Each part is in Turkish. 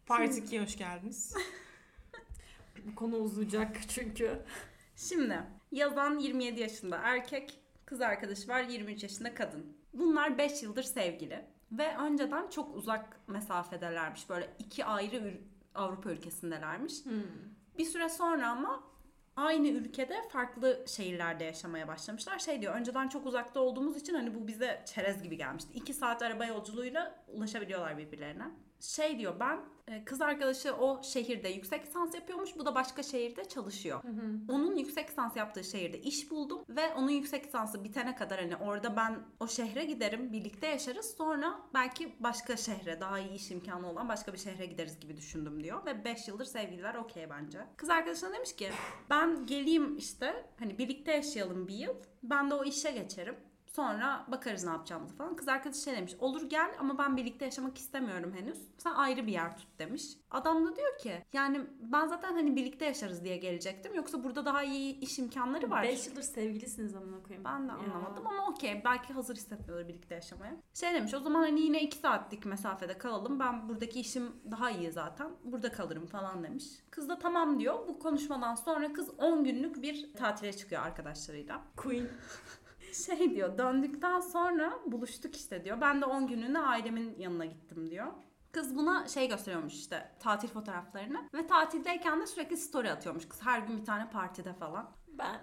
Part 2'ye hoş geldiniz. Bu konu uzayacak çünkü. Şimdi yazan 27 yaşında erkek, kız arkadaşı var 23 yaşında kadın. Bunlar 5 yıldır sevgili ve önceden çok uzak mesafedelermiş. Böyle 2 ayrı Avrupa ülkesindelermiş. Bir süre sonra ama aynı ülkede farklı şehirlerde yaşamaya başlamışlar. Şey diyor, önceden çok uzakta olduğumuz için hani bu bize çerez gibi gelmişti. 2 saat araba yolculuğuyla ulaşabiliyorlar birbirlerine. Şey diyor, ben kız arkadaşı o şehirde yüksek lisans yapıyormuş. Bu da başka şehirde çalışıyor. Onun yüksek lisans yaptığı şehirde iş buldum. Ve onun yüksek lisansı bitene kadar hani orada ben o şehre giderim. Birlikte yaşarız. Sonra belki başka şehre, daha iyi iş imkanı olan başka bir şehre gideriz gibi düşündüm diyor. Ve 5 yıldır sevgililer, okey bence. Kız arkadaşına demiş ki ben geleyim işte hani birlikte yaşayalım bir yıl. Ben de o işe geçerim. Sonra bakarız ne yapacağımızı falan. Kız arkadaşı şey demiş, olur gel ama ben birlikte yaşamak istemiyorum henüz. Sen ayrı bir yer tut demiş. Adam da diyor ki yani ben zaten hani birlikte yaşarız diye gelecektim. Yoksa burada daha iyi iş imkanları var. 5 yıldır sevgilisiniz amına koyayım. Ben de anlamadım ama okey. Belki hazır hissetmiyorlar birlikte yaşamaya. Şey demiş, o zaman hani yine 2 saatlik mesafede kalalım. Ben buradaki işim daha iyi zaten. Burada kalırım falan demiş. Kız da tamam diyor. Bu konuşmadan sonra kız 10 günlük bir tatile çıkıyor arkadaşlarıyla. Queen. Şey diyor, döndükten sonra buluştuk işte diyor. Ben de 10 günlüğüne ailemin yanına gittim diyor. Kız buna şey gösteriyormuş işte, tatil fotoğraflarını. Ve tatildeyken de sürekli story atıyormuş kız. Her gün bir tane partide falan. Ben.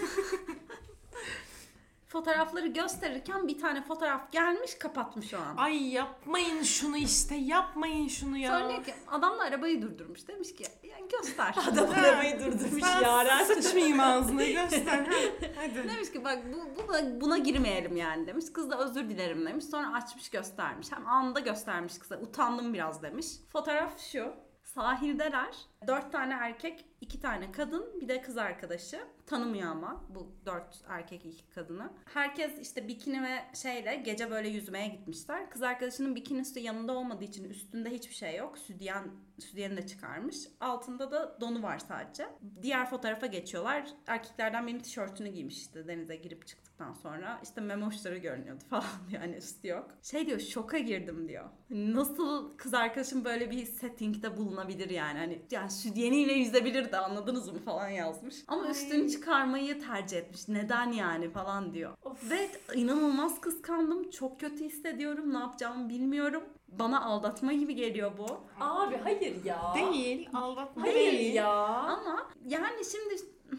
Fotoğrafları gösterirken bir tane fotoğraf gelmiş, kapatmış o an. Ay yapmayın şunu işte, yapmayın şunu ya. Sonra diyor ki adam da arabayı durdurmuş. Demiş ki yani göster. Adam arabayı durdurmuş Yaren. Sıçmayayım ağzına, göster. Hadi. Demiş ki bak buna girmeyelim yani demiş. Kız da özür dilerim demiş. Sonra açmış göstermiş. Hem anında göstermiş kıza. Utandım biraz demiş. Fotoğraf şu. Sahildeler. 4 tane erkek, 2 tane kadın, bir de kız arkadaşı. Tanımıyor ama bu 4 erkek 2 kadını. Herkes işte bikini ve şeyle gece böyle yüzmeye gitmişler. Kız arkadaşının bikinisi yanında olmadığı için üstünde hiçbir şey yok. Sütyeni de çıkarmış. Altında da donu var sadece. Diğer fotoğrafa geçiyorlar. Erkeklerden birinin tişörtünü giymiş işte denize girip çıktıktan sonra. İşte memoşları görünüyordu falan diyor. Yani üstü yok. Şey diyor, şoka girdim diyor. Nasıl kız arkadaşım böyle bir settingde bulunabilir yani. Hani yani sütyeniyle yüzebilirdi, anladınız mı falan yazmış. Ama üstünü çıkarmayı tercih etmiş. Neden yani falan diyor. Of. Ve inanılmaz kıskandım. Çok kötü hissediyorum. Ne yapacağımı bilmiyorum. Bana aldatma gibi geliyor bu. Abi hayır ya. Değil, aldatma Hayır değil. ya. Ama yani şimdi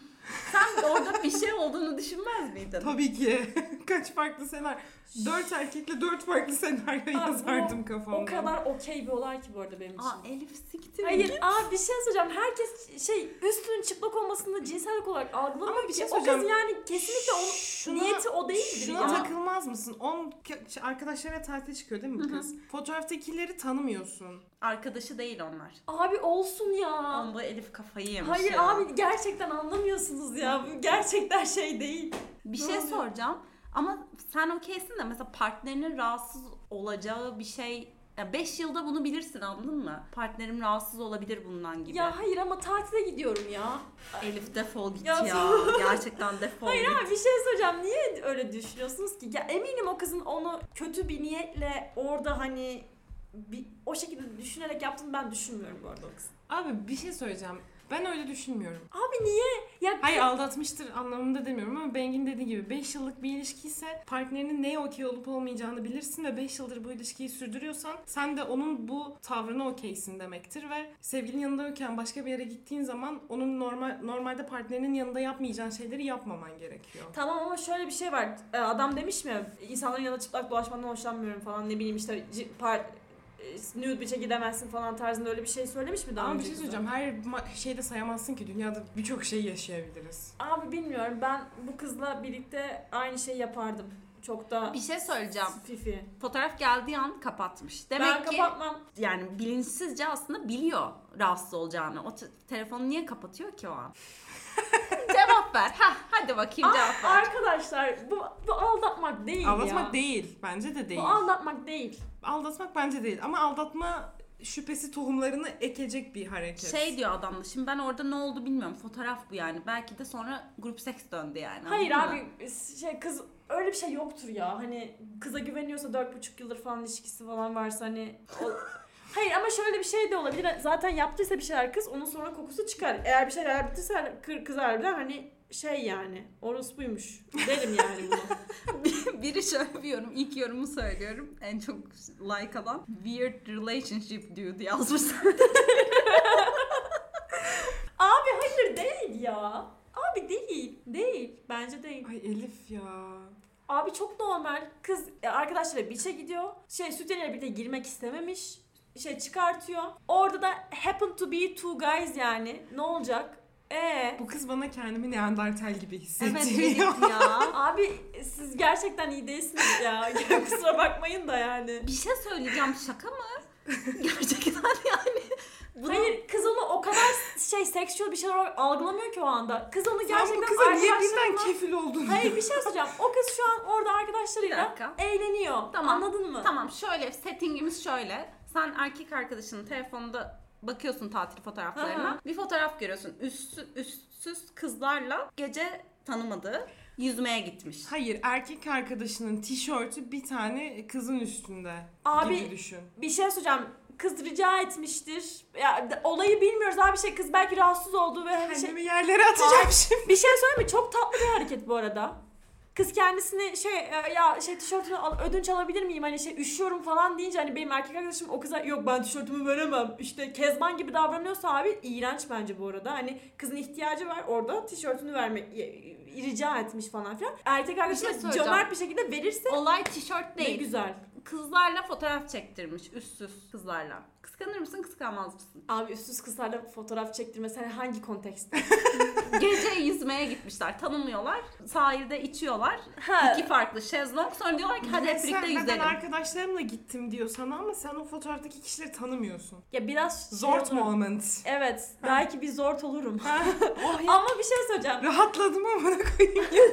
sen orada bir şey olduğunu düşünmez miydin? Tabii ki. Kaç farklı senaryo. 4 erkekle 4 farklı senaryo yazardım kafamda. O kadar okey bir olay ki bu arada benim için. Elif siktir. Hayır bir şey söyleyeceğim. Herkes üstünün çıplak olmasını cinsellik olarak algılamıyor. Ama bir şey O kız söyleyeceğim. yani kesinlikle niyeti o değildir Şuna ya. takılmaz mısın? Arkadaşlarıyla tatile çıkıyor değil mi bu kız? Fotoğraftakileri tanımıyorsun. Arkadaşı değil onlar. Abi olsun ya. Bu Elif kafayı yemiş Hayır ya. abi gerçekten anlamıyorsunuz ya. Bu gerçekten şey değil. Bir şey soracağım. Ama sen okeysin de mesela partnerinin rahatsız olacağı bir şey... 5 yılda bunu bilirsin, anladın mı? Partnerim rahatsız olabilir bundan gibi. Ya hayır ama tatile gidiyorum ya. Elif defol git Ya- ya. Gerçekten defol Hayır git. abi bir şey söyleyeceğim. Niye öyle düşünüyorsunuz ki? Ya eminim o kızın onu kötü bir niyetle orada hani o şekilde düşünerek yaptığını ben düşünmüyorum bu arada o kızın. Abi bir şey söyleyeceğim. Ben öyle düşünmüyorum. Abi niye? Ya Hayır, aldatmıştır anlamında demiyorum ama Bengin dediği gibi 5 yıllık bir ilişki ise partnerinin neye okey olup olmayacağını bilirsin ve 5 yıldır bu ilişkiyi sürdürüyorsan sen de onun bu tavrına okeysin demektir ve sevgilinin yanındayken başka bir yere gittiğin zaman onun normalde partnerinin yanında yapmayacağın şeyleri yapmaman gerekiyor. Tamam ama şöyle bir şey var. Adam demiş mi? İnsanların yanında çıplak dolaşmandan hoşlanmıyorum falan, ne bileyim işte nude beach'e gidemezsin falan tarzında öyle bir şey söylemiş mi daha Ama bir önce şey kıza? söyleyeceğim. Her şeyde sayamazsın ki. Dünyada birçok şey yaşayabiliriz. Abi bilmiyorum, ben bu kızla birlikte aynı şeyi yapardım. Çok da Bir şey söyleyeceğim. fifi. Fotoğraf geldiği an kapatmış. Demek Ben ki kapatmam. yani bilinçsizce aslında biliyor rahatsız olacağını. O telefonu niye kapatıyor ki o an? Cevap ver. Hadi bakayım cevap ver. Arkadaşlar bu aldatmak değil ya. Aldatmak değil. Bence de değil. Bu aldatmak değil. Aldatmak bence değil. Ama aldatma şüphesi tohumlarını ekecek bir hareket. Şey diyor adam da, şimdi ben orada ne oldu bilmiyorum. Fotoğraf bu yani. Belki de sonra grup seks döndü yani. Hayır anladın mı? abi kız öyle bir şey yoktur ya. Hani kıza güveniyorsa 4,5 yıldır falan ilişkisi falan varsa hani Hayır ama şöyle bir şey de olabilir. Zaten yaptıysa bir şeyler kız, onun sonra kokusu çıkar. Eğer bir şeyler bittiyse kız harbiden hani şey yani orospuymuş derim yani bunu. Biri şöyle bir yorum, ilk yorumu söylüyorum. En çok like alan. Weird relationship dude yazmış. Abi hayır değil ya. Abi değil. Değil. Bence değil. Ay Elif ya. Abi çok normal. Kız arkadaşlarıyla beach'e gidiyor. Sütyen'le birlikte girmek istememiş. Çıkartıyor. Orada da happen to be two guys yani. Ne olacak? Bu kız bana kendimi Neandertal gibi Evet hissettiriyor. Elif ya. Abi siz gerçekten iyi değilsiniz ya. Kusura bakmayın da yani. Bir şey söyleyeceğim, şaka mı? Gerçekten yani. Bunu... Hayır, kız onu o kadar seksüel bir şey olarak algılamıyor ki o anda. Kız onu Sen gerçekten bu kıza niye birden arkadaşlarıyla... kefil oldun? Hayır bir şey söyleyeceğim. O kız şu an orada Bir arkadaşlarıyla dakika. eğleniyor. Tamam. Anladın mı? Tamam, şöyle settingimiz şöyle. Sen erkek arkadaşının telefonunda bakıyorsun tatil fotoğraflarına. Aha. Bir fotoğraf görüyorsun. Üstsüz kızlarla gece tanımadığı yüzmeye gitmiş. Hayır, erkek arkadaşının tişörtü bir tane kızın üstünde Abi, gibi düşün. Bir şey söyleyeceğim. Kız rica etmiştir. Ya olayı bilmiyoruz abi kız belki rahatsız oldu ve hani Kendimi yerlere atacağım şimdi. Bir şey söyleyeyim mi? Çok tatlı bir hareket bu arada. Kız kendisini tişörtünü ödünç alabilir miyim? Hani üşüyorum falan deyince hani benim erkek arkadaşım o kıza yok ben tişörtümü veremem. İşte Kezban gibi davranıyorsa abi iğrenç bence bu arada. Hani kızın ihtiyacı var orada tişörtünü vermek rica etmiş falan filan. Erkek arkadaşım söyleyeceğim. cömert bir şekilde verirse Olay tişört ne değil. güzel. Kızlarla fotoğraf çektirmiş. Üstsüz kızlarla. Kıskanır mısın, kıskanmaz mısın? Abi üstsüz kızlarla fotoğraf çektirme sen hangi kontekste? Gece yüzmeye gitmişler. Tanımıyorlar. Sahilde içiyorlar. Ha. 2 farklı şezlong. Sonra diyorlar ki hadi hep birlikte Ben yüzelim. arkadaşlarımla gittim diyor sana ama sen o fotoğraftaki kişileri tanımıyorsun. Ya biraz Zort olurum. moment. Evet. Belki bir zort olurum. Oh ya. Ama bir şey söyleyeceğim. Rahatladım ama ne koyayım.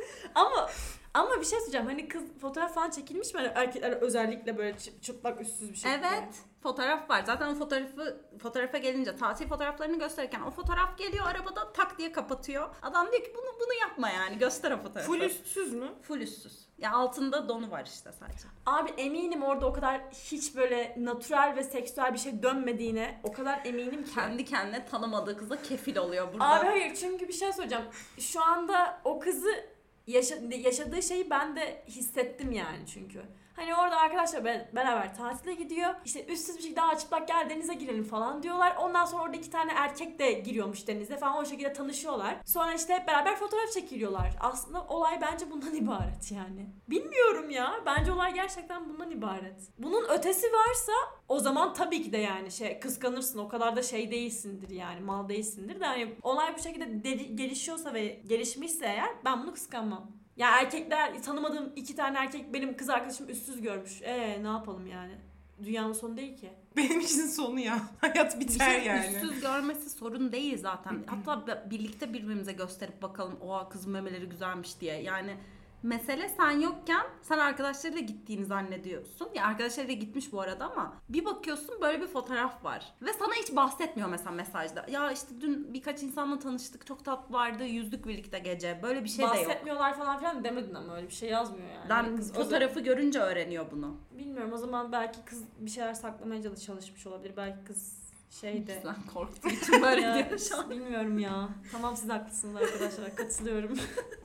Ama bir şey söyleyeceğim. Hani kız fotoğraf falan çekilmiş mi? Hani erkekler özellikle böyle çıplak üstsüz bir şekilde. Evet. Fotoğraf var. Zaten o fotoğrafa gelince tatil fotoğraflarını gösterirken o fotoğraf geliyor arabada tak diye kapatıyor. Adam diyor ki bunu yapma yani. Göster o fotoğrafı. Full üstsüz mü? Full üstsüz. Ya altında donu var işte sadece. Abi eminim orada o kadar hiç böyle natürel ve seksüel bir şey dönmediğine o kadar eminim ki. Kendi kendine tanımadığı kıza kefil oluyor burada. Abi hayır çünkü bir şey söyleyeceğim. Şu anda o kızı yaşadığı şeyi ben de hissettim yani çünkü. Hani orada arkadaşlar beraber tatile gidiyor. İşte üstsüz bir şekilde daha çıplak gel denize girelim falan diyorlar. Ondan sonra orada 2 tane erkek de giriyormuş denize falan o şekilde tanışıyorlar. Sonra işte hep beraber fotoğraf çekiliyorlar. Aslında olay bence bundan ibaret yani. Bilmiyorum ya. Bence olay gerçekten bundan ibaret. Bunun ötesi varsa o zaman tabii ki de yani kıskanırsın. O kadar da değilsindir yani. Mal değilsindir de hani olay bu şekilde gelişiyorsa ve gelişmişse eğer ben bunu kıskanmam. Ya erkekler tanımadığım 2 tane erkek benim kız arkadaşım üstsüz görmüş. Ne yapalım yani? Dünyanın sonu değil ki. Benim için sonu ya. Hayat Bir biter şey yani. üstsüz görmesi sorun değil zaten. Hatta birlikte birbirimize gösterip bakalım o kızın memeleri güzelmiş diye. Yani mesele sen yokken sen arkadaşlarıyla gittiğini zannediyorsun. Ya arkadaşlarıyla gitmiş bu arada ama bir bakıyorsun böyle bir fotoğraf var. Ve sana hiç bahsetmiyor mesela mesajda. Ya işte dün birkaç insanla tanıştık. Çok tatlılardı. Yüzdük birlikte gece. Böyle bir şey de yok. Bahsetmiyorlar falan filan demedin ama öyle bir şey yazmıyor yani. Ben Kız fotoğrafı görünce öğreniyor bunu. bilmiyorum o zaman belki kız bir şeyler saklamaya çalışmış olabilir. Belki kız şeyde. Sen korktuğu için böyle Ya, diyor şu an. bilmiyorum ya. Tamam siz haklısınız arkadaşlar. Katılıyorum.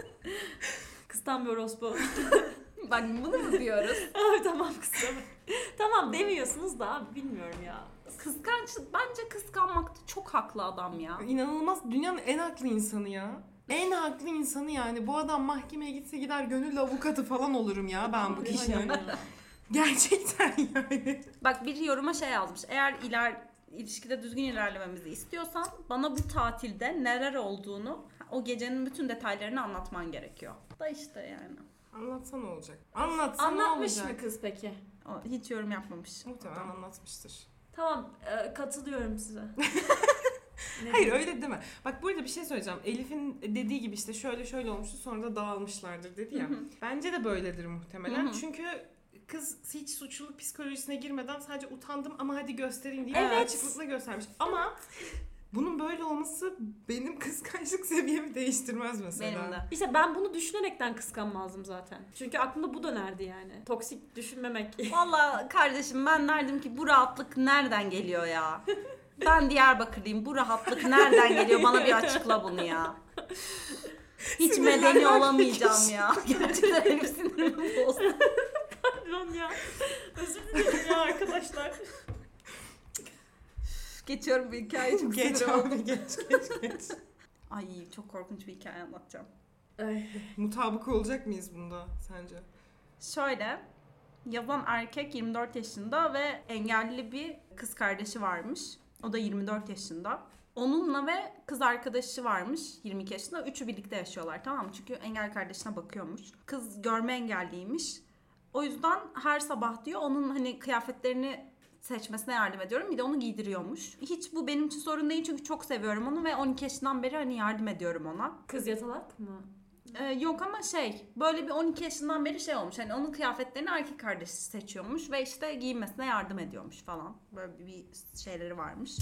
Kız tam bir orospu. Bak bunu mu diyoruz? Abi tamam kız tamam. Tamam demiyorsunuz da abi bilmiyorum ya. Kıskanç, bence kıskanmakta çok haklı adam ya. İnanılmaz. Dünyanın en haklı insanı ya. En haklı insanı yani. Bu adam mahkemeye gitse gider gönüllü avukatı falan olurum ya ben bu kişinin. Gerçekten yani. Bak bir yoruma yazmış. Eğer ilişkide düzgün ilerlememizi istiyorsan bana bu tatilde neler olduğunu, o gecenin bütün detaylarını anlatman gerekiyor. Da işte yani. Anlatsa ne olacak? Anlatsa ne Anlatmış olacak? mı kız peki? O hiç yorum yapmamış. Muhtemelen anlatmıştır. Tamam katılıyorum size. Ne Hayır diyeyim? öyle deme. Bak burada bir şey söyleyeceğim. Elif'in dediği gibi işte şöyle olmuştu sonra da dağılmışlardır dedi ya. Bence de böyledir muhtemelen. Çünkü kız hiç suçluluk psikolojisine girmeden sadece utandım ama hadi göstereyim diye Evet. açıklıkla göstermiş. Ama Bunun böyle olması benim kıskançlık seviyemi değiştirmez mesela. Benim de. İşte ben bunu düşünerekten kıskanmazdım zaten. Çünkü aklımda bu dönerdi yani. Toksik düşünmemek. Valla kardeşim ben derdim ki bu rahatlık nereden geliyor ya? Ben Diyarbakırlıyım. Bu rahatlık nereden geliyor? Bana bir açıkla bunu ya. Hiç Sinirler medeni var olamayacağım peki. ya. Gerçekten benim sinirimi bozdu. Pardon ya. Özür dilerim ya arkadaşlar. Geçiyorum bir hikaye çok Geç sinir oldum. abi geç. Ay çok korkunç bir hikaye anlatacağım. Ay. Mutabık olacak mıyız bunda sence? Şöyle, yazan erkek 24 yaşında ve engelli bir kız kardeşi varmış. O da 24 yaşında. Onunla ve kız arkadaşı varmış 22 yaşında. Üçü birlikte yaşıyorlar, tamam mı? Çünkü engelli kardeşine bakıyormuş. Kız görme engelliymiş. O yüzden her sabah diyor onun hani kıyafetlerini seçmesine yardım ediyorum. Bir de onu giydiriyormuş. Hiç bu benim için sorun değil çünkü çok seviyorum onu ve 12 yaşından beri hani yardım ediyorum ona. Kız yatalak mı? Yok ama böyle bir 12 yaşından beri olmuş. Hani onun kıyafetlerini erkek kardeşi seçiyormuş ve işte giyinmesine yardım ediyormuş falan. Böyle bir şeyleri varmış.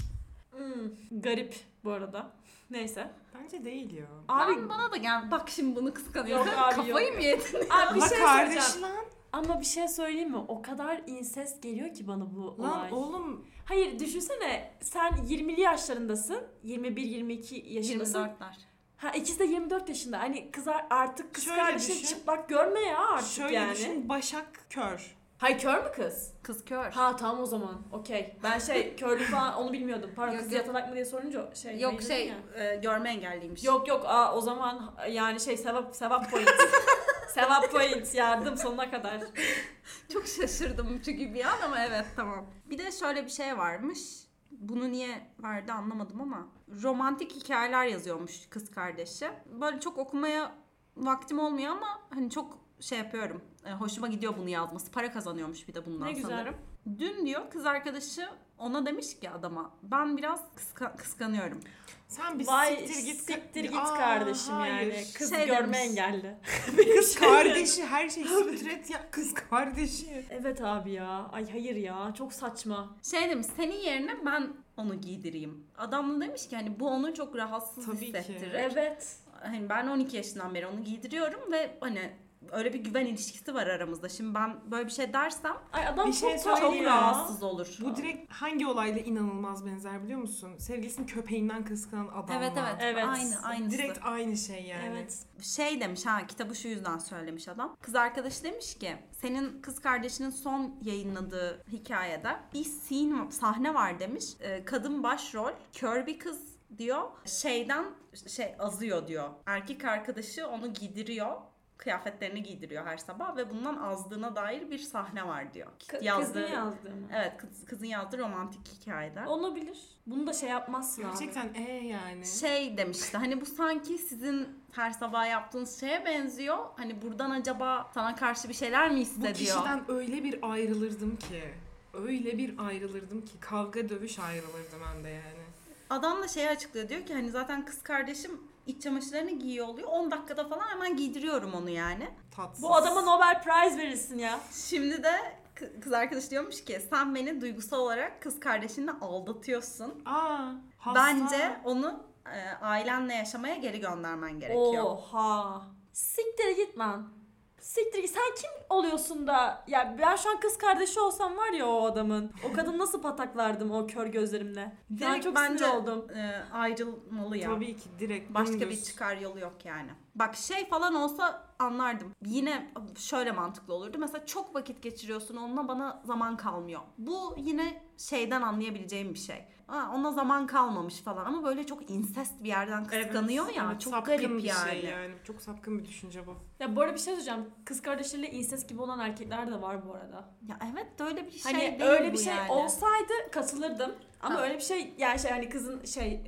Garip bu arada. Neyse. Bence değil ya. Abi Bana da gel. Bak şimdi bunu kıskanıyor. Yok abi, Kafayı yok. mı yedin? Abi bir La şey kardeş söyleyeceğim. lan. Ama bir şey söyleyeyim mi? O kadar insest geliyor ki bana bu olay. Lan oğlum Hayır düşünsene sen 20'li yaşlarındasın. 21-22 yaşındasın. 24'ler. Ha ikisi de 24 yaşında. Hani artık kız Şöyle kardeşini düşün. çıplak görme ya artık şöyle yani. düşün, Başak kör. Hayır kör mü kız? Kız kör. Ha tamam o zaman. Okey. Ben körlük falan onu bilmiyordum. Pardon Yok, kız yok. yatalak mı diye sorunca Yok hayır dedim ya. görme engelliymiş. Yok o zaman yani sevap point. Sevap point yardım sonuna kadar. Çok şaşırdım çünkü bir an ama evet tamam. Bir de şöyle bir şey varmış. Bunu niye verdi anlamadım ama romantik hikayeler yazıyormuş kız kardeşi. Böyle çok okumaya vaktim olmuyor ama hani çok yapıyorum. Hoşuma gidiyor bunu yazması. Para kazanıyormuş bir de bundan Ne güzel. sanırım. Dün diyor kız arkadaşı ona demiş ki adama ben biraz kıskanıyorum. Sen bir Vay siktir git. git kardeşim hayır. yani. Kız Şey görme demiş. engelli. Kız kardeşi her şey siktir et ya. Kız kardeşi. Evet abi ya. Ay hayır ya. Çok saçma. Demiş senin yerine ben onu giydireyim. Adam da demiş ki hani bu onu çok rahatsız Tabii ki. hissettirir. Evet. Hani ben 12 yaşından beri onu giydiriyorum ve hani öyle bir güven ilişkisi var aramızda. Şimdi ben böyle bir şey dersem Ay adam Bir şey çok söyleyeyim çok ya. rahatsız olur. Bu direkt hangi olayla inanılmaz benzer biliyor musun? Sevgilisinin köpeğinden kıskanan adam Evet var. Evet. aynısı. Direkt aynı şey yani. Evet. Demiş kitabı şu yüzden söylemiş adam. Kız arkadaşı demiş ki senin kız kardeşinin son yayınladığı hikayede bir sahne var demiş. Kadın başrol kör bir kız diyor. Azıyor diyor. Erkek arkadaşı onu giydiriyor. Kıyafetlerini giydiriyor her sabah ve bundan azdığına dair bir sahne var diyor. Kızın yazdığı mı? Evet kızın yazdığı romantik hikayede. Olabilir. Bunu da yapmazsın abi. Gerçekten yani. Demişti hani bu sanki sizin her sabah yaptığınız şeye benziyor. Hani buradan acaba sana karşı bir şeyler mi Bu hissediyor? kişiden öyle bir ayrılırdım ki. Öyle bir ayrılırdım ki. Kavga dövüş ayrılırdım ben de yani. Adam da açıklıyor diyor ki hani zaten kız kardeşim iç çamaşırlarını giyiyor oluyor. 10 dakikada falan hemen giydiriyorum onu yani. Tatsız. Bu adama Nobel Prize verirsin ya. Şimdi de kız arkadaş diyormuş ki sen beni duygusal olarak kız kardeşinle aldatıyorsun. Hasta. Bence onu ailenle yaşamaya geri göndermen gerekiyor. Oha. Siktir git lan. Siktir git. Sen kim oluyorsun da? Ya ben şu an kız kardeşi olsam var ya o adamın. O kadın nasıl pataklardım o kör gözlerimle. Şu an Direkt çok bence sinir oldum. ayrılmalı ya. Tabii ki direkt Başka dümdüz. bir çıkar yolu yok yani. Bak falan olsa anlardım. Yine şöyle mantıklı olurdu. Mesela çok vakit geçiriyorsun onunla bana zaman kalmıyor. Bu yine anlayabileceğim bir şey. Ona zaman kalmamış falan ama böyle çok insest bir yerden kıskanıyor ya. Evet, çok sapkın garip bir yani. şey yani. Çok sapkın bir düşünce bu. Ya bu arada bir şey söyleyeceğim. Kız kardeşleriyle insest gibi olan erkekler de var bu arada. Ya evet öyle bir şey Hani değil öyle bu bir şey yani. olsaydı katılırdım. Ama Ha. öyle bir şey yani hani kızın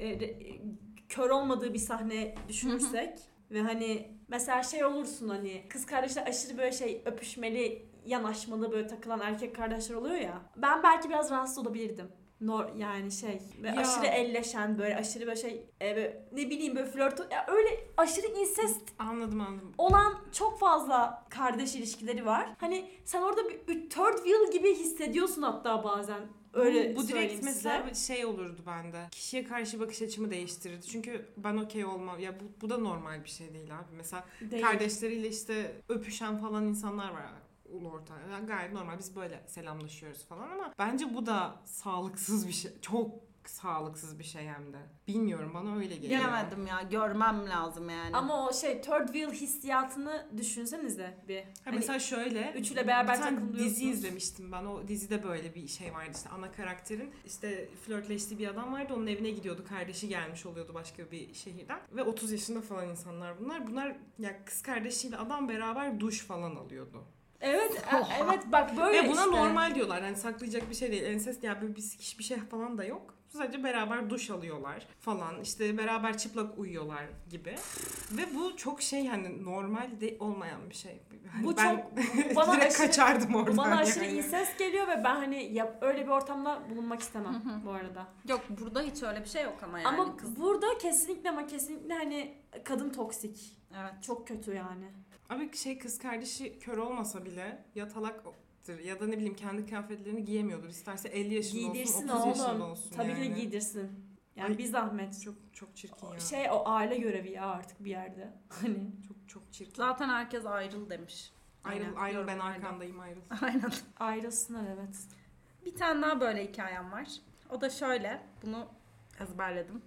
kör olmadığı bir sahne düşünürsek ve hani mesela olursun hani kız kardeşler aşırı böyle öpüşmeli, yanaşmalı böyle takılan erkek kardeşler oluyor ya. Ben belki biraz rahatsız olabilirdim. Yani ve Ya. aşırı elleşen böyle aşırı böyle böyle, ne bileyim böyle flört ya öyle aşırı insest Anladım. olan çok fazla kardeş ilişkileri var. Hani sen orada bir third wheel gibi hissediyorsun hatta bazen Öyle bu söyleyeyim direkt size. mesela şey olurdu bende. Kişiye karşı bakış açımı değiştirirdi. Çünkü ben okey olmam. Ya bu da normal bir şey değil abi. Mesela Değil. kardeşleriyle işte öpüşen falan insanlar var. Ulu orta. Yani gayet normal. Biz böyle selamlaşıyoruz falan ama bence bu da sağlıksız bir şey. Çok sağlıksız bir şey hem de. Bilmiyorum, bana öyle geliyor. Bilemedim ya, görmem lazım yani. Ama o third wheel hissiyatını düşünsenize bir. Ha, mesela şöyle üçüyle beraber bir tane takılıyorsunuz. dizi izlemiştim ben. O dizide böyle bir şey vardı, işte ana karakterin işte flörtleştiği bir adam vardı. Onun evine gidiyordu. Kardeşi gelmiş oluyordu başka bir şehirden. Ve 30 yaşında falan insanlar bunlar. Bunlar ya kız kardeşiyle adam beraber duş falan alıyordu. Evet, evet bak böyle Ve buna işte. normal diyorlar. Yani saklayacak bir şey değil. Ensest ya böyle hiçbir şey falan da yok. Sadece beraber duş alıyorlar falan. İşte beraber çıplak uyuyorlar gibi. Ve bu çok şey, hani normal de olmayan bir şey. Hani Bu ben çok bana direkt aşırı, kaçardım oradan. bana aşırı yani. incest geliyor ve ben hani öyle bir ortamda bulunmak istemem bu arada. Yok, burada hiç öyle bir şey yok ama yani. Ama burada kesinlikle ama kesinlikle hani kadın toksik. Evet. Çok kötü yani. Abi kız kardeşi kör olmasa bile yatalaktır ya da ne bileyim kendi kıyafetlerini giyemiyordur. İsterse 50 yaşında Giydirsin olsun, 30 yaşında oğlum. olsun Tabii yani. ki de giydirsin. Yani Ay, bir zahmet. Çok çirkin ya. O aile görevi ya artık bir yerde. Hani. Çok çirkin. Zaten herkes ayrıl demiş. Ayrıl Aynen, ben yorumlarda. arkandayım ayrıl. Aynen. Ayrılsınlar evet. Bir tane daha böyle hikayem var. O da şöyle. Bunu ezberledim.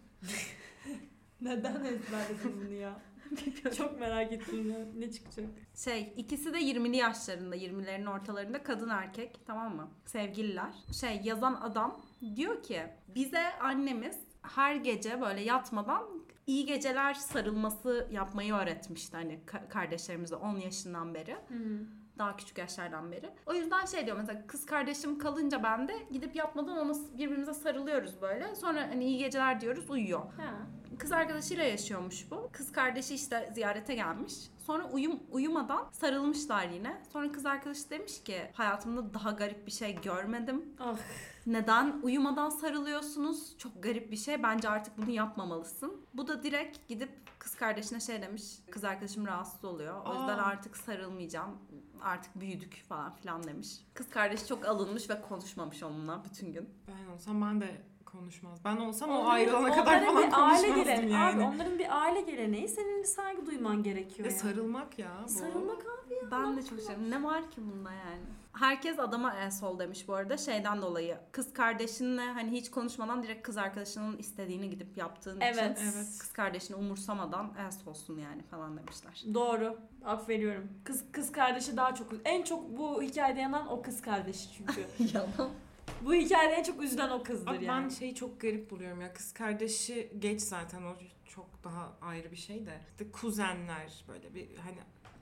Neden ezberledin bunu ya? Çok merak ettim ya. Ne çıkacak? İkisi de 20'li yaşlarında, 20'lerin ortalarında, kadın erkek, tamam mı? Sevgililer. Yazan adam diyor ki bize annemiz her gece böyle yatmadan iyi geceler sarılması yapmayı öğretmişti, hani kardeşlerimize 10 yaşından beri. Daha küçük yaşlardan beri. O yüzden diyor mesela, kız kardeşim kalınca ben de gidip yatmadan ona birbirimize sarılıyoruz böyle. Sonra hani iyi geceler diyoruz, uyuyor. Ha. Kız arkadaşıyla yaşıyormuş bu. Kız kardeşi işte ziyarete gelmiş. Sonra uyumadan sarılmışlar yine. Sonra kız arkadaşı demiş ki hayatımda daha garip bir şey görmedim. Ah. Neden uyumadan sarılıyorsunuz? Çok garip bir şey. Bence artık bunu yapmamalısın. Bu da direkt gidip kız kardeşine demiş. Kız arkadaşım rahatsız oluyor. O yüzden artık sarılmayacağım. Artık büyüdük falan filan demiş. Kız kardeşi çok alınmış ve konuşmamış onunla bütün gün. Ben olsam ben de konuşmaz. Ben olsam o ayrılana kadar onların falan bir aile konuşmazdım geleneği. yani. Abi onların bir aile geleneği. Senin saygı duyman gerekiyor Ve yani. sarılmak ya bu. Sarılmak abi ya. Ben de çok seviyorum. Ne var ki bunda yani? Herkes adama sol demiş bu arada, şeyden dolayı. Kız kardeşinle hani hiç konuşmadan direkt kız arkadaşının istediğini gidip yaptığın için. Evet. Kız kardeşini umursamadan olsun yani falan demişler. Doğru. Hak veriyorum. Kız kardeşi daha çok. En çok bu hikayede yanan o kız kardeşi çünkü. Yalan. Bu hikayede en çok üzülen o kızdır Abi yani. ben şeyi çok garip buluyorum ya. Kız kardeşi geç zaten, o çok daha ayrı bir şey de. İşte kuzenler, böyle bir hani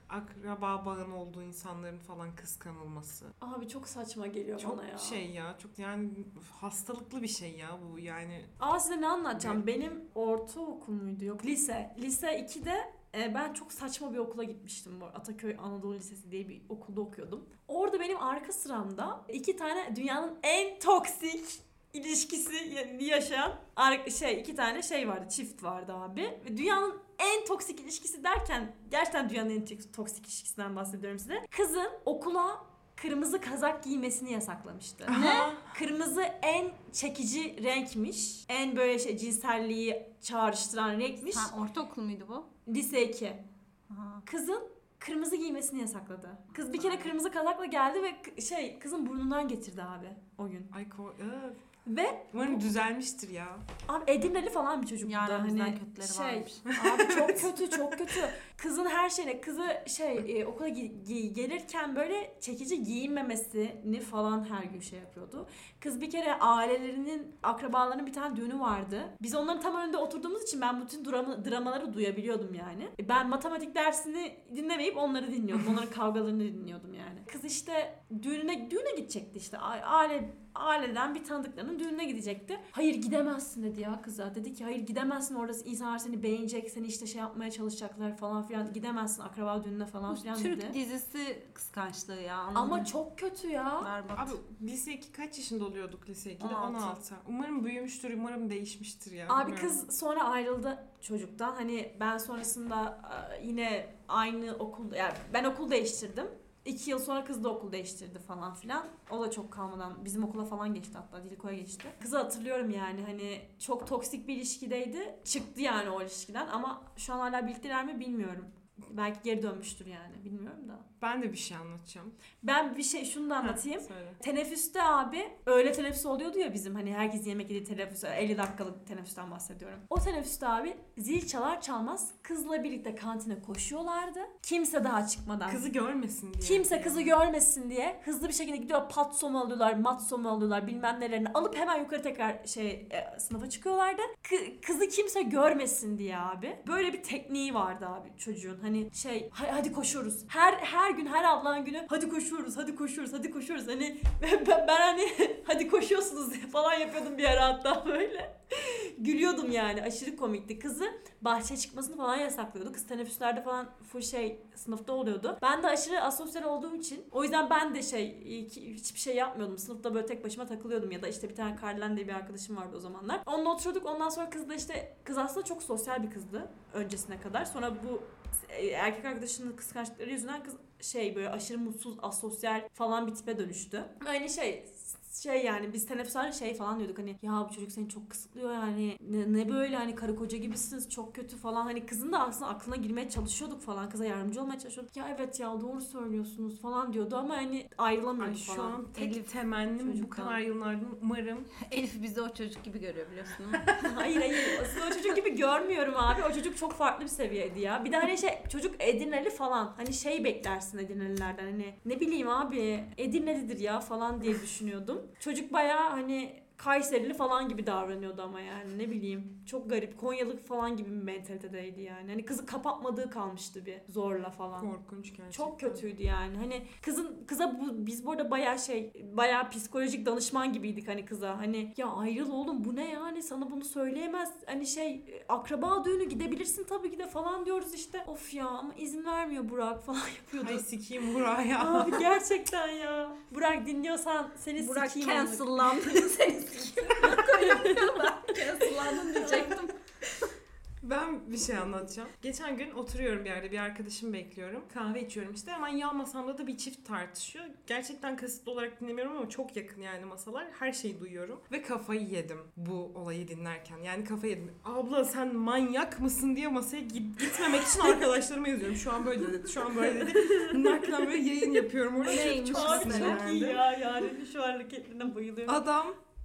akraba bağın olduğu insanların falan kıskanılması. Abi çok saçma geliyor Çok bana ya. çok yani hastalıklı bir şey ya bu yani. Size ne anlatacağım? Benim ortaokul muydu? Yok lise. Lise 2'de ben çok saçma bir okula gitmiştim. Ataköy Anadolu Lisesi diye bir okulda okuyordum. Orada benim arka sıramda 2 tane dünyanın en toksik ilişkisi yaşayan 2 tane vardı, çift vardı abi. Ve dünyanın en toksik ilişkisi derken gerçekten dünyanın en toksik ilişkisinden bahsediyorum size. Kızın okula kırmızı kazak giymesini yasaklamıştı. Ne? Kırmızı en çekici renkmiş. En böyle cinselliği çağrıştıran renkmiş. Ortaokul muydu bu? Lise 2. Aha. Kızın kırmızı giymesini yasakladı. Kız bir kere kırmızı kazakla geldi ve kızın burnundan getirdi abi o gün. Ve Umarım düzelmiştir ya. abi Edirneli falan bir çocuk Yani bu da bizden hani kötüleri varmış. Abi çok kötü. Kızın her şeyine kızı okula gelirken böyle çekici giyinmemesini falan her gün yapıyordu. Kız bir kere ailelerinin, akrabalarının bir tane düğünü vardı. Biz onların tam önünde oturduğumuz için ben bütün dramaları duyabiliyordum yani. Ben matematik dersini dinlemeyip onları dinliyordum. Onların kavgalarını dinliyordum yani. Kız işte düğüne gidecekti işte. Aileden bir tanıdıklarının düğününe gidecekti. Hayır gidemezsin dedi ya kıza. Dedi ki hayır gidemezsin, orada insanlar seni beğenecek, seni işte yapmaya çalışacaklar falan filan. Gidemezsin akraba düğününe falan filan dedi. Türk dizisi kıskançlığı ya. Ama çok kötü ya. Berbat. Abi lise 2 kaç yaşında oluyorduk lise 2'de? 16. 16. Umarım büyümüştür, umarım değişmiştir ya. Abi Bilmiyorum. kız sonra ayrıldı çocuktan. Hani ben sonrasında yine aynı okulda, yani ben okul değiştirdim. 2 yıl sonra kız da okul değiştirdi falan filan. O da çok kalmadan bizim okula falan geçti, hatta Diliko'ya geçti. Kızı hatırlıyorum yani, hani çok toksik bir ilişkideydi. Çıktı yani o ilişkiden ama şu an hala birlikteler mi bilmiyorum. Belki geri dönmüştür yani, bilmiyorum da. Ben de bir şey anlatacağım. Ben bir şey şunu da anlatayım. Söyle. Teneffüste abi, öğle teneffüsü oluyordu ya bizim, hani herkes yemek yediği teneffüs, 50 dakikalık teneffüsten bahsediyorum. O teneffüste abi zil çalar çalmaz kızla birlikte kantine koşuyorlardı. Kimse daha çıkmadan. Kızı görmesin diye. Kimse kızı görmesin diye hızlı bir şekilde gidiyor, patso mu alıyorlar, matso mu alıyorlar, bilmem nelerini alıp hemen yukarı tekrar sınıfa çıkıyorlardı. Kızı kimse görmesin diye abi. Böyle bir tekniği vardı abi çocuğun. Hani hadi koşuyoruz. Her gün, her Allah'ın günü hadi koşuyoruz, hadi koşuyoruz, hadi koşuyoruz. Hani ben hani hadi koşuyorsunuz diye falan yapıyordum bir ara hatta böyle. Gülüyordum yani, aşırı komikti. Kızı bahçeye çıkmasını falan yasaklıyordu. Kız teneffüslerde falan full sınıfta oluyordu. Ben de aşırı asosyal olduğum için, o yüzden ben de hiçbir şey yapmıyordum. Sınıfta böyle tek başıma takılıyordum ya da işte bir tane Karlen diye bir arkadaşım vardı o zamanlar. Onunla oturuyorduk. Ondan sonra kız da kız aslında çok sosyal bir kızdı öncesine kadar. Sonra bu erkek arkadaşının kıskançlıkları yüzünden kız böyle aşırı mutsuz, asosyal falan bir tipe dönüştü. Hani yani biz teneffüslerde falan diyorduk, hani ya bu çocuk seni çok kısıtlıyor yani, ne böyle hani karı koca gibisiniz, çok kötü falan. Hani kızın da aslında aklına girmeye çalışıyorduk falan, kıza yardımcı olmaya çalışıyorduk. Ya evet ya doğru söylüyorsunuz falan diyordu ama hani ayrılamıyorduk Şu falan. an tek temennim bu kadar yıllardan umarım. Elif bizi o çocuk gibi görüyor biliyorsun değil mi? Hayır aslında o çocuk gibi görmüyorum abi, o çocuk çok farklı bir seviyeydi ya. Bir de hani çocuk Edirneli falan, hani beklersin Edirnelilerden, hani ne bileyim abi Edirnelidir ya falan diye düşünüyordum. Çocuk bayağı hani Kayserili falan gibi davranıyordu ama yani ne bileyim, çok garip, Konyalı falan gibi bir mentalitedeydi yani. Hani kızı kapatmadığı kalmıştı bir zorla falan. Korkunç gerçekten. Çok kötüydü yani. Hani kıza biz bu arada bayağı psikolojik danışman gibiydik hani kıza. Hani ya ayrıl oğlum, bu ne yani, sana bunu söyleyemez. Hani akraba düğünü gidebilirsin tabii ki de falan diyoruz işte. Of ya ama izin vermiyor Burak falan yapıyordu. Hay sikiyim buraya. Abi gerçekten ya. Burak dinliyorsan seni Burak sikeyim. cancellandı. Seni cancellandım diyecektim. Ben bir şey anlatacağım. Geçen gün oturuyorum bir yerde, bir arkadaşımı bekliyorum. Kahve içiyorum işte. Hemen yan masamda da bir çift tartışıyor. Gerçekten kasıtlı olarak dinlemiyorum ama çok yakın yani masalar. Her şeyi duyuyorum. Ve kafayı yedim bu olayı dinlerken. Yani kafayı yedim. Abla sen manyak mısın diye masaya gitmemek için arkadaşlarıma yazıyorum. Şu an böyle dedi, şu an böyle dedi. Dinlerken böyle yayın yapıyorum. Orada Neymiş? Abi çok sinirlendim. iyi ya, yani şu hareketlerine bayılıyorum. Adam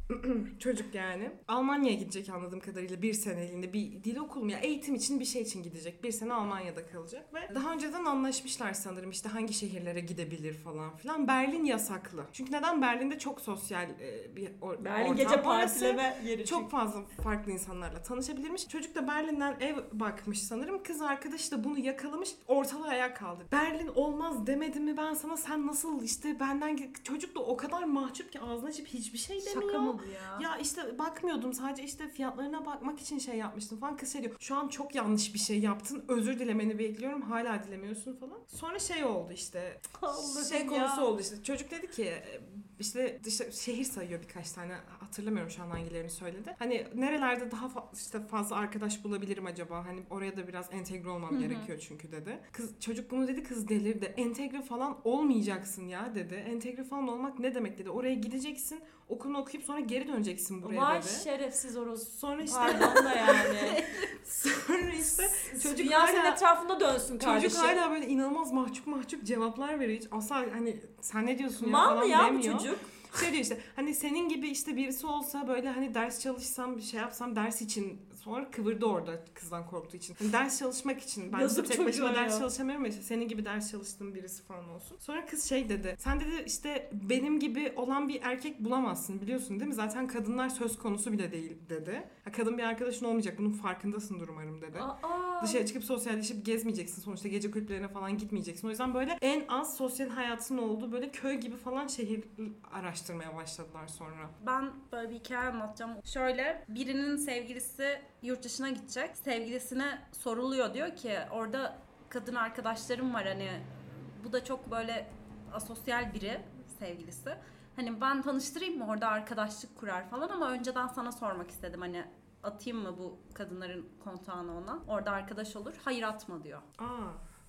çocuk yani Almanya'ya gidecek anladığım kadarıyla, bir seneliğinde bir dil okulu mu ya, eğitim için bir şey için gidecek, bir sene Almanya'da kalacak ve daha önceden anlaşmışlar sanırım işte hangi şehirlere gidebilir falan filan. Berlin yasaklı. Çünkü neden? Berlin'de çok sosyal bir Berlin ortam. gece Orası partileme yeri. çok fazla farklı insanlarla tanışabilirmiş. Çocuk da Berlin'den ev bakmış sanırım. Kız arkadaşı da bunu yakalamış. Ortalığı ayağa kaldı. Berlin olmaz demedim mi ben sana? Sen nasıl işte benden... Çocuk da o kadar mahcup ki ağzına açıp hiçbir şey demiyor. Şaka mı bu ya? Ya işte bakmıyordum, sadece işte fiyatlarına bakmak için yapmıştım falan. Kız diyor, şu an çok yanlış bir şey yaptın, özür dilemeni bekliyorum, hala dilemiyorsun falan. Sonra oldu işte, konusu oldu işte. Çocuk dedi ki işte şehir sayıyor birkaç tane, hatırlamıyorum şu an hangilerini söyledi. Hani nerelerde daha fazla arkadaş bulabilirim acaba, hani oraya da biraz entegre olmam gerekiyor çünkü dedi. Çocuk bunu dedi, kız delirdi. Entegre falan olmayacaksın ya dedi. Entegre falan olmak ne demek dedi. Oraya gideceksin, okulunu okuyup sonra geri döneceksin buraya Vay dedi. şerefsiz orası. Sonra işte Pardon da yani. sonra işte çocuk Dünya senin hala, etrafında dönsün kardeşim. çocuk hala böyle inanılmaz mahcup cevaplar veriyor. Hiç asla hani sen ne diyorsun ya Mal falan mı ya demiyor. bu çocuk? Diyor işte hani senin gibi işte birisi olsa böyle hani ders çalışsam, bir şey yapsam ders için, sonra kıvırdı orada kızdan korktuğu için. Hani ders çalışmak için, ben Yazık işte tek başıma çocuğa ders ya. çalışamıyorum ya, işte senin gibi ders çalıştığım birisi falan olsun. Sonra kız dedi, sen dedi işte benim gibi olan bir erkek bulamazsın biliyorsun değil mi? Zaten kadınlar söz konusu bile değil dedi. Kadın bir arkadaşın olmayacak, bunun farkındasındır umarım dedi. Dışarı çıkıp sosyalleşip gezmeyeceksin sonuçta, gece kulüplerine falan gitmeyeceksin. O yüzden böyle en az sosyal hayatın olduğu böyle köy gibi falan şehir araştırmaya başladılar sonra. Ben böyle bir hikaye anlatacağım. Şöyle, birinin sevgilisi yurt dışına gidecek. Sevgilisine soruluyor, diyor ki orada kadın arkadaşlarım var, hani bu da çok böyle asosyal biri, sevgilisi. Hani ben tanıştırayım mı, orada arkadaşlık kurar falan, ama önceden sana sormak istedim, hani atayım mı bu kadınların kontağını ona, orada arkadaş olur. Hayır atma diyor.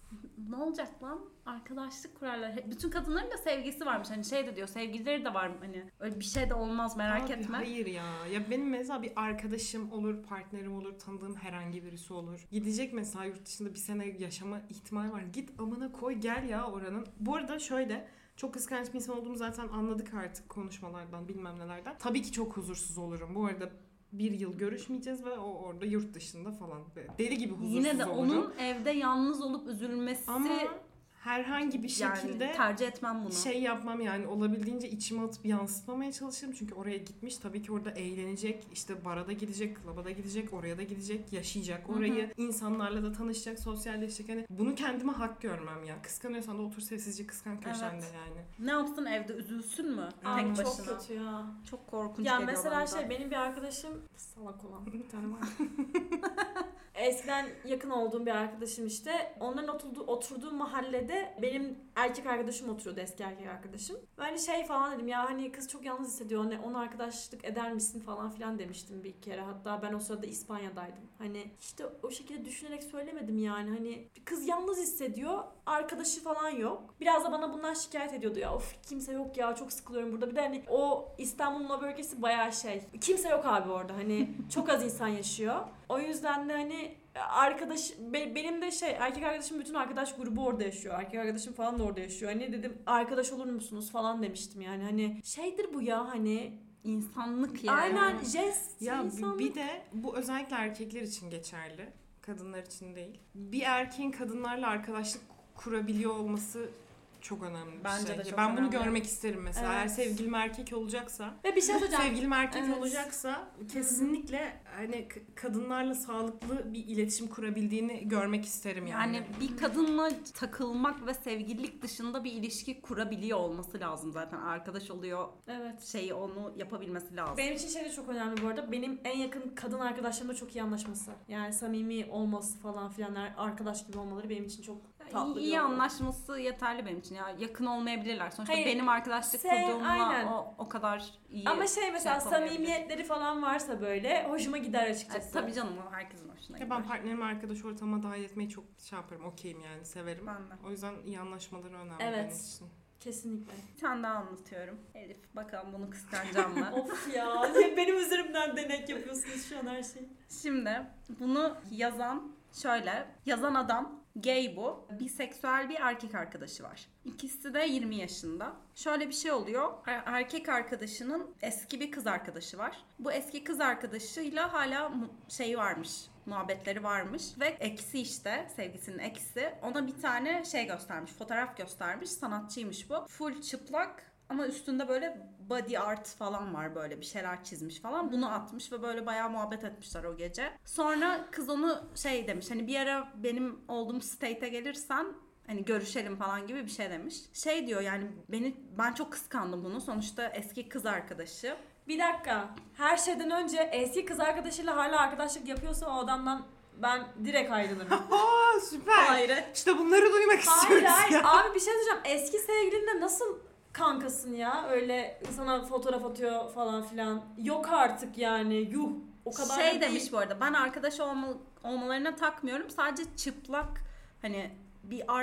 ne olacak lan? Arkadaşlık kurarlar. Bütün kadınların da sevgisi varmış. Hani şey de diyor, sevgilileri de var. Hani öyle bir şey de olmaz, merak Abi, etme. hayır ya. Ya benim mesela bir arkadaşım olur, partnerim olur, tanıdığım herhangi birisi olur. Gidecek mesela yurt dışında bir sene yaşama ihtimali var. Git amına koy gel ya oranın. Bu arada şöyle, çok kıskanç bir insan olduğumu zaten anladık artık konuşmalardan, bilmem nelerden. Tabii ki çok huzursuz olurum. Bu arada 1 yıl görüşmeyeceğiz ve o orada yurt dışında falan. Deli gibi huzursuz Yine de olurum. onun evde yalnız olup üzülmesi Ama herhangi bir şekilde yani tercih etmem bunu. şey yapmam yani, olabildiğince içime atıp yansıtmamaya çalışırım. Çünkü oraya gitmiş, tabii ki orada eğlenecek, işte bara da gidecek, klaba da gidecek, oraya da gidecek, yaşayacak orayı, insanlarla da tanışacak, sosyalleşecek. Hani bunu kendime hak görmem ya. Kıskanıyorsan da otur sessizce kıskan köşende Evet. yani. Ne yapsın, evde üzülsün mü? Abi Tek çok başına. kötü ya. Çok korkunç Ya geliyor mesela bana da. benim bir arkadaşım salak olan bir tane var. Eskiden yakın olduğum bir arkadaşım işte. Onların oturduğu mahallede benim erkek arkadaşım oturuyordu, eski erkek arkadaşım. Ben şey falan dedim ya, hani kız çok yalnız hissediyor. Hani ona arkadaşlık eder misin falan filan demiştim bir kere. Hatta ben o sırada İspanya'daydım. Hani işte o şekilde düşünerek söylemedim yani. Hani kız yalnız hissediyor. Arkadaşı falan yok. Biraz da bana bundan şikayet ediyordu ya. Of kimse yok ya, çok sıkılıyorum burada. Bir de hani o İstanbul'un o bölgesi bayağı şey. Kimse yok abi orada. Hani çok az insan yaşıyor. O yüzden de hani benim de erkek arkadaşım, bütün arkadaş grubu orada yaşıyor. Erkek arkadaşım falan da orada yaşıyor. Hani dedim arkadaş olur musunuz falan demiştim yani. Hani şeydir bu ya, hani İnsanlık yani. aynen jest, Ya insanlık. bir de bu özellikle erkekler için geçerli. Kadınlar için değil. Bir erkeğin kadınlarla arkadaşlık kurabiliyor olması çok önemli bir Bence şey. de çok Ben bunu önemli. görmek isterim mesela. Evet. Eğer sevgilim erkek olacaksa, Ve bir şey söyleyeceğim. sevgilim erkek Evet. olacaksa kesinlikle hani kadınlarla sağlıklı bir iletişim kurabildiğini görmek isterim yani. Yani bir kadınla takılmak ve sevgililik dışında bir ilişki kurabiliyor olması lazım zaten. Arkadaş oluyor, Evet. onu yapabilmesi lazım. Benim için de çok önemli bu arada. Benim en yakın kadın arkadaşlarımla çok iyi anlaşması. Yani samimi olması falan filan, arkadaş gibi olmaları benim için çok tatlı. İyi anlaşması yeterli benim için. Ya yakın olmayabilirler. Sonuçta Hayır, benim arkadaşlık aynen. kurduğumla o kadar iyi. Ama mesela yapamayabilir. samimiyetleri falan varsa böyle hoşuma gider açıkçası. Evet, tabii canım, o herkesin hoşuna Ya gider. ben partnerimi arkadaş ortama dahil etmeyi çok şey yaparım, okeyim yani, severim. Ben de. O yüzden iyi anlaşmaları önemli Evet. benim için. Kesinlikle. Bir tane daha anlatıyorum. Elif, bakalım bunu kıskanacağım mı? Of ya, benim üzerimden denek yapıyorsunuz şu an her şeyi. Şimdi bunu yazan adam gay bu. Biseksüel bir erkek arkadaşı var. İkisi de 20 yaşında. Şöyle bir şey oluyor. Erkek arkadaşının eski bir kız arkadaşı var. Bu eski kız arkadaşıyla hala muhabbetleri varmış. Ve eksi, işte sevgisinin eksi, ona bir tane fotoğraf göstermiş. Sanatçıymış bu. Full çıplak. Ama üstünde böyle body art falan var, böyle bir şeyler çizmiş falan. Bunu atmış ve böyle bayağı muhabbet etmişler o gece. Sonra kız onu demiş, hani bir ara benim olduğum state'e gelirsen hani görüşelim falan gibi bir şey demiş. Diyor yani, ben çok kıskandım bunu. Sonuçta eski kız arkadaşı. Bir dakika. Her şeyden önce eski kız arkadaşıyla hala arkadaşlık yapıyorsa o adamdan ben direkt ayrılırım. Aa süper. Hayır. İşte bunları duymak istiyoruz Hayır. ya. Abi bir şey söyleyeceğim. Eski sevgilinle nasıl kankasın ya? Öyle sana fotoğraf atıyor falan filan. Yok artık yani. Yuh. O kadar da Demiş değil. bu arada, ben arkadaş olmalarına takmıyorum. Sadece çıplak, hani bir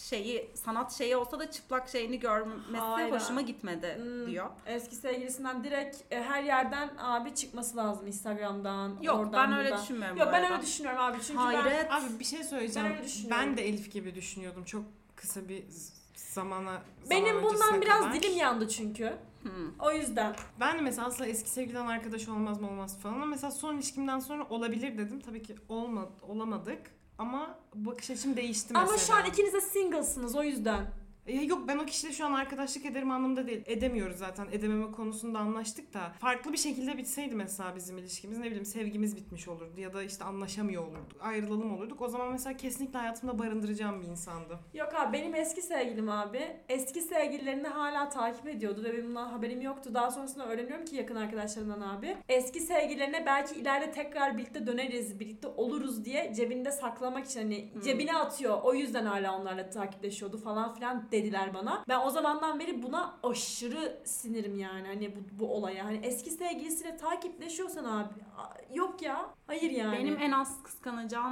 sanat şeyi olsa da çıplak şeyini görmesi Hayır. hoşuma gitmedi diyor. Eski sevgilisinden direkt her yerden abi çıkması lazım, Instagram'dan, Yok, oradan, ben öyle buradan. düşünmüyorum. Yok, bu ben arada. öyle düşünüyorum abi, çünkü Hayret. Abi bir şey söyleyeceğim. Ben öyle düşünüyorum. Ben de Elif gibi düşünüyordum. Çok kısa bir zaman benim bundan öncesine biraz kadar. dilim yandı çünkü. O yüzden. Ben de mesela asla eski sevgiliden arkadaş olmaz mı olmaz falan, ama mesela son ilişkimden sonra olabilir dedim. Tabii ki olamadık ama bakış açım değişti mesela. Ama şu an ikiniz de singlesınız, o yüzden. Yok, ben o kişiyle şu an arkadaşlık ederim anlamında değil. Edemiyoruz zaten. Edememe konusunda anlaştık da. Farklı bir şekilde bitseydi mesela bizim ilişkimiz, ne bileyim, sevgimiz bitmiş olurdu ya da işte anlaşamıyor olurduk. Ayrılalım olurduk. O zaman mesela kesinlikle hayatımda barındıracağım bir insandı. Yok abi, benim eski sevgilim abi. Eski sevgililerini hala takip ediyordu ve benim bundan haberim yoktu. Daha sonrasında öğreniyorum ki yakın arkadaşlarımdan abi. Eski sevgililerine belki ileride tekrar birlikte döneriz, birlikte oluruz diye cebinde saklamak için, hani cebine atıyor. O yüzden hala onlarla takipleşiyordu falan filan dediler bana. Ben o zamandan beri buna aşırı sinirim yani, hani bu olaya. Hani eski sevgilisiyle takipleşiyorsan abi, yok ya. Hayır yani. Benim en az kıskanacağım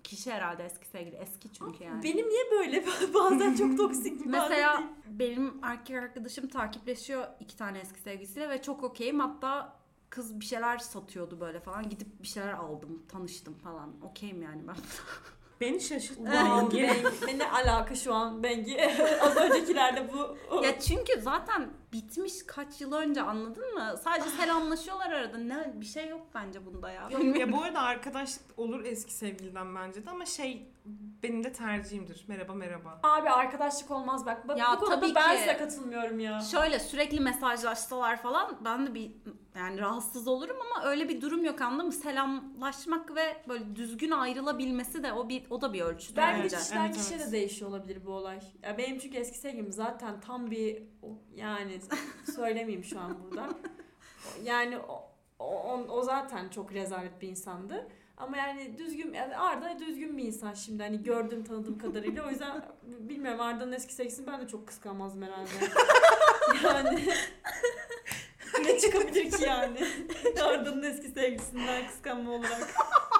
kişi herhalde eski sevgili. Eski çünkü yani. Benim niye böyle bazen çok toksik bazen Mesela değil. benim erkek arkadaşım takipleşiyor 2 tane eski sevgilisiyle ve çok okeyim. Hatta kız bir şeyler satıyordu böyle falan. Gidip bir şeyler aldım, tanıştım falan. Okeyim yani ben. Beni şaşırttı. Wow, Bengi. Bengi. Ne alaka şu an Bengi? Az öncekilerde bu. Ya çünkü zaten bitmiş kaç yıl önce, anladın mı? Sadece selamlaşıyorlar arada. Ne bir şey yok bence bunda ya. Ya bu arada arkadaşlık olur eski sevgiliden bence de ama benim de tercihimdir. Merhaba merhaba. Abi arkadaşlık olmaz bak. Ya Bu konuda tabii ben ki. size katılmıyorum ya. Şöyle sürekli mesajlaşsalar falan ben de bir yani rahatsız olurum ama öyle bir durum yok, anladın mı? Selamlaşmak ve böyle düzgün ayrılabilmesi de o da bir ölçüdür Belki de bence. kişiden Evet, kişiye evet. de değişiyor olabilir bu olay. Ya benim çünkü eski sevgilim zaten tam bir yani söylemeyeyim şu an burada. Yani o zaten çok rezalet bir insandı. Ama yani Arda düzgün bir insan şimdi hani gördüğüm tanıdığım kadarıyla. O yüzden bilmiyorum, Arda'nın eski sevgilisini ben de çok kıskanmazdım herhalde. Yani ne çıkabilir ki yani? Arda'nın eski sevgilisinden kıskanma olarak.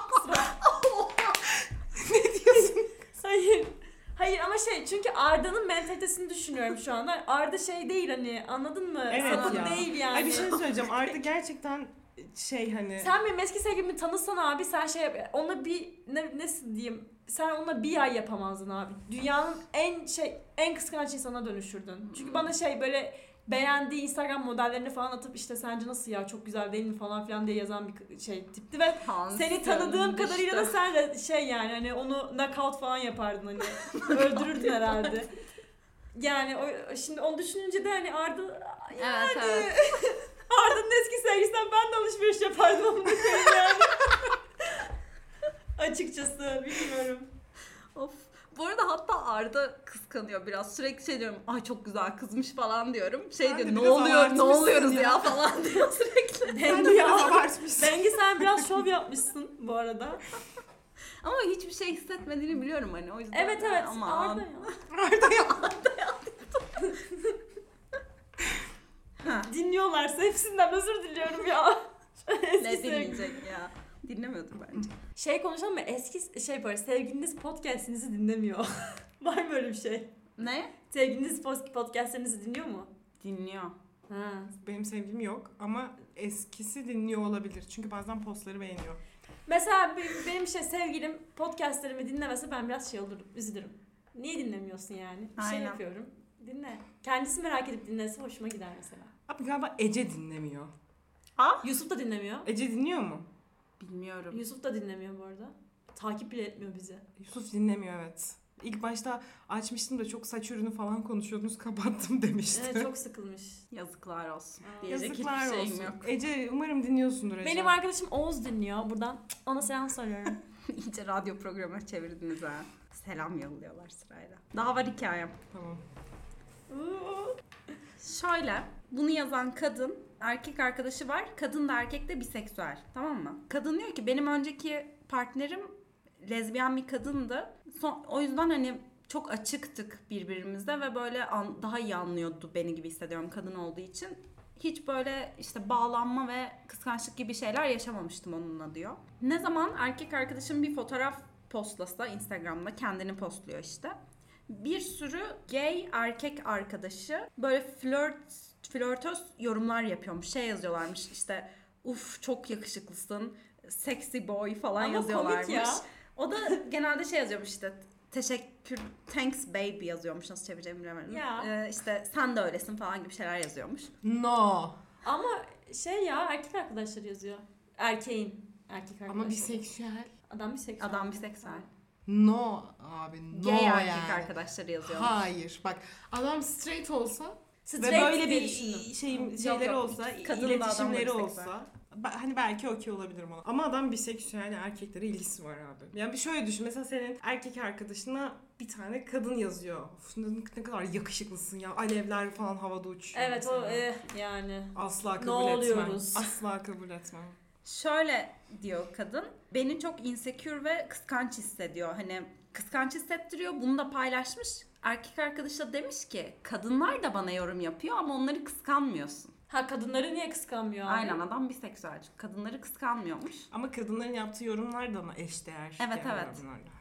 Ne diyorsun? Hayır ama çünkü Arda'nın mentalitesini düşünüyorum şu anda. Arda değil hani, anladın mı? Evet Sapık ya. değil yani. Ay bir şey söyleyeceğim. Arda gerçekten hani... Sen benim eski sevgilimi tanısan abi, sen onunla nasıl diyeyim, sen onunla bir ay yapamazdın abi. Dünyanın en kıskanç insana dönüşürdün. Çünkü bana böyle beğendiği Instagram modellerini falan atıp işte sence nasıl ya, çok güzel değil mi falan filan diye yazan bir tipti ve seni tanıdığım kadarıyla da sen de yani hani onu knockout falan yapardın hani. Öldürürdün herhalde. Yani şimdi onu düşününce de hani Arda yani Evet. Arda'nın eski sevgilisinden ben de alışveriş yapardım onu yani. Açıkçası bilmiyorum. Of. Bu arada hatta Arda kıskanıyor biraz. Sürekli diyorum. Ay çok güzel kızmış falan diyorum. Sen de Diyor. Ne biraz oluyor? Ne abartmışsın oluyoruz ya." ya falan diyor sürekli. Sen Bengi de biraz ya. abartmışsın. Bengi sen biraz şov yapmışsın bu arada. Ama hiçbir şey hissetmediğini biliyorum hani, o yüzden. Evet Aman. Arda ya. Arda ya. Dinliyorlarsa hepsinden özür diliyorum ya. Eski Ne sevgilim. dinleyecek ya? Dinlemiyordur bence. Konuşalım mı? Eski böyle sevgiliniz podcast'inizi dinlemiyor. Var mı öyle bir şey? Ne? Sevgiliniz podcast'lerinizi dinliyor mu? Dinliyor. Ha. Benim sevgilim yok ama eskisi dinliyor olabilir. Çünkü bazen postları beğeniyor. Mesela benim sevgilim podcast'lerimi dinlemese ben biraz olurum, üzülürüm. Niye dinlemiyorsun yani? Bir şey Aynen. yapıyorum. Dinle. Kendisi merak edip dinlese hoşuma gider mesela. Abi galiba Ece dinlemiyor. Yusuf da dinlemiyor. Ece dinliyor mu? Bilmiyorum. Yusuf da dinlemiyor bu arada. Takip bile etmiyor bizi. Yusuf dinlemiyor evet. İlk başta açmıştım da çok saç ürünü falan konuşuyordunuz, kapattım demişti. Evet, çok sıkılmış. Yazıklar olsun. Aa. Diyecek Yazıklar hiçbir şeyim olsun. yok. Ece umarım dinliyorsundur Ece. Benim arkadaşım Oğuz dinliyor. Buradan ona selam soruyorum. İyice radyo programı çevirdiniz ha. Selam yolluyorlar sırayla. Daha var hikayem. Tamam. Şöyle, bunu yazan kadın, erkek arkadaşı var. Kadın da erkek de biseksüel. Tamam mı? Kadın diyor ki benim önceki partnerim lezbiyen bir kadındı. O yüzden hani çok açıktık birbirimize ve böyle daha iyi anlıyordu beni gibi hissediyorum kadın olduğu için. Hiç böyle işte bağlanma ve kıskançlık gibi şeyler yaşamamıştım onunla diyor. Ne zaman erkek arkadaşım bir fotoğraf postlasa Instagram'da, kendini postluyor işte. Bir sürü gay erkek arkadaşı böyle flörtöz yorumlar yapıyormuş. Yazıyorlarmış işte, uf çok yakışıklısın, sexy boy falan Ama yazıyorlarmış. komik ya. O da genelde yazıyormuş işte, teşekkür, thanks baby yazıyormuş, nasıl çevireceğimi bilemedim. Ya. İşte sen de öylesin falan gibi şeyler yazıyormuş. No. Ama erkek arkadaşları yazıyor. Erkeğin erkek arkadaşları. Ama biseksüel. Adam biseksüel. Adam biseksüel. No abi, no Gay erkek yani. arkadaşları yazıyormuş. Hayır. Bak adam straight olsa Straight ve böyle diye bir düşündüm. şeyleri yok. olsa, Kadın da adam da iletişimleri biseksüel. olsa hani belki okey olabilirim ona. Ama adam biseksüel, yani erkeklere ilgisi var abi. Yani bir şöyle düşün. Mesela senin erkek arkadaşına bir tane kadın yazıyor. Of, ne kadar yakışıklısın ya. Alevler falan havada uçuyor. Evet mesela. yani. Asla Ne kabul etmem. oluyoruz? Asla kabul etmem. Şöyle diyor kadın, beni çok insecure ve kıskanç hissediyor. Hani kıskanç hissettiriyor, bunu da paylaşmış. Erkek arkadaşı da demiş ki kadınlar da bana yorum yapıyor ama onları kıskanmıyorsun. Ha, kadınları niye kıskanmıyor abi? Aynen, adam biseksüel. Kadınları kıskanmıyormuş. Ama kadınların yaptığı yorumlar da ama eşdeğer. Evet, genel evet. yorumlarla.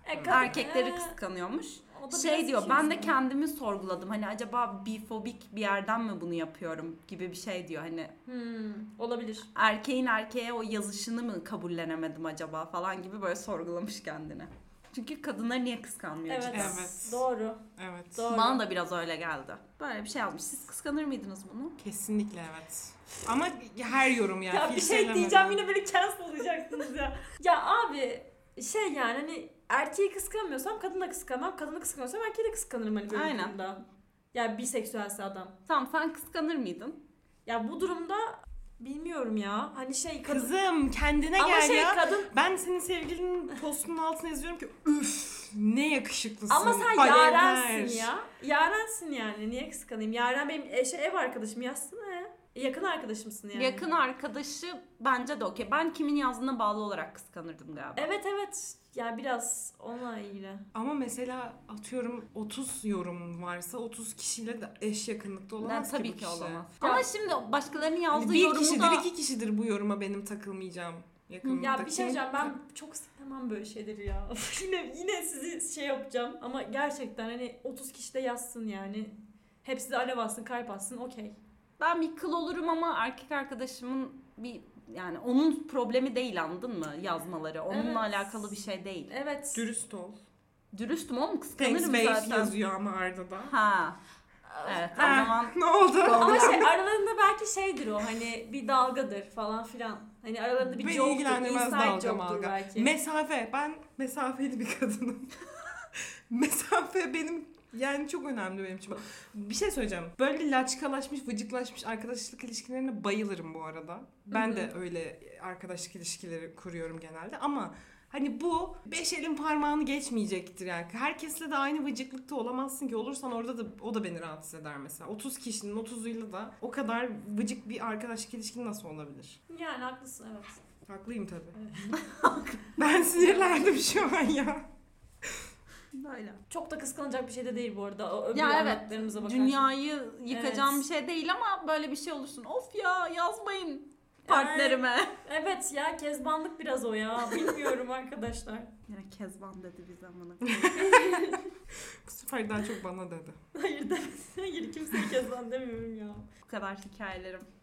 Erkekleri kıskanıyormuş. O da biraz Şey diyor, ben de ikiyüzlü. kendimi sorguladım. Hani acaba bifobik bir yerden mi bunu yapıyorum gibi bir şey diyor. Hani Olabilir. erkeğin erkeğe o yazışını mı kabullenemedim acaba falan gibi böyle sorgulamış kendini. Çünkü kadınları niye kıskanmıyor Evet. cidden? Evet. Doğru. Evet. Doğru. Bana da biraz öyle geldi. Böyle bir şey yazmış. Siz kıskanır mıydınız bunu? Kesinlikle evet. Ama her yorum ya. Ya bir şey filtrelemeden. diyeceğim yine böyle cancel olacaksınız ya. Ya abi şey yani hani erkeği kıskanmıyorsam kadını da kıskanmam. Kadını kıskanıyorsam erkeği de kıskanırım hani böyle bir Aynen. durumda. Ya biseksüelse adam. Tamam, sen kıskanır mıydın? Ya bu durumda bilmiyorum ya. Hani şey kadın... Kızım kendine Ama gel şey ya. kadın... Ben senin sevgilinin postunun altına yazıyorum ki üf ne yakışıklısın. Ama sen Alevler. yarensin ya. Yarensin yani. Niye kıskanayım? Yaren benim ev arkadaşım yazsana ya. Yakın arkadaşımsın yani. Yakın arkadaşı bence de okey. Ben kimin yazdığına bağlı olarak kıskanırdım galiba. Evet evet. Ya biraz onunla ilgili. Ama mesela atıyorum 30 yorum varsa 30 kişiyle de eş yakınlıkta olamaz ki Tabii bu ki kişi. olamaz. Ya- Ama şimdi başkalarının yazdığı Hani bir yorumu kişidir, da... iki kişidir bu yoruma benim takılmayacağım. Yakınlıktaki. Ya bir şey diyeceğim, ben çok sevmem böyle şeyleri ya. yine sizi şey yapacağım ama gerçekten hani 30 kişi de yazsın yani. Hepsi de alev atsın, kalp atsın, okey. Ben bir kıl olurum ama erkek arkadaşımın bir... Yani onun problemi değil, anladın mı yazmaları? Onunla Evet. alakalı bir şey değil. Evet. Dürüst ol. Dürüstüm oğlum, Thanks kıskanırım babe zaten. yazıyor ama Arda'da. Ha. Evet, o Ha, zaman... ne oldu? Ama şey aralarında belki şeydir o hani bir dalgadır falan filan. Hani aralarında bir Beni joke'tur, ilgilendirmez inside dalga joke'tur malga. belki. Mesafe. Ben mesafeli bir kadınım. Mesafe benim yani çok önemli benim için. Bir şey söyleyeceğim. Böyle laçkalaşmış, vıcıklaşmış arkadaşlık ilişkilerine bayılırım bu arada. Ben de öyle arkadaşlık ilişkileri kuruyorum genelde ama hani bu 5 elin parmağını geçmeyecektir yani. Herkesle de aynı vıcıklıkta olamazsın ki. Olursan orada da o da beni rahatsız eder mesela. 30 kişinin 30'uyla da o kadar vıcık bir arkadaşlık ilişkin nasıl olabilir? Yani haklısın evet. Haklıyım tabii. Ben sinirlendim şu an ya. Böyle. Çok da kıskanacak bir şey de değil bu arada. O öbür Ya evet, anlattıklarımıza bakarsan. dünyayı yıkacağım Evet. bir şey değil ama böyle bir şey olursun. Of ya, yazmayın partnerime. Evet ya kezbanlık biraz o ya. Bilmiyorum arkadaşlar. Yine Kezban dedi bize amına. Bu sefer daha çok bana dedi. Hayır demesin. Hayır kimseye kezban demiyorum ya. Bu kadar hikayelerim.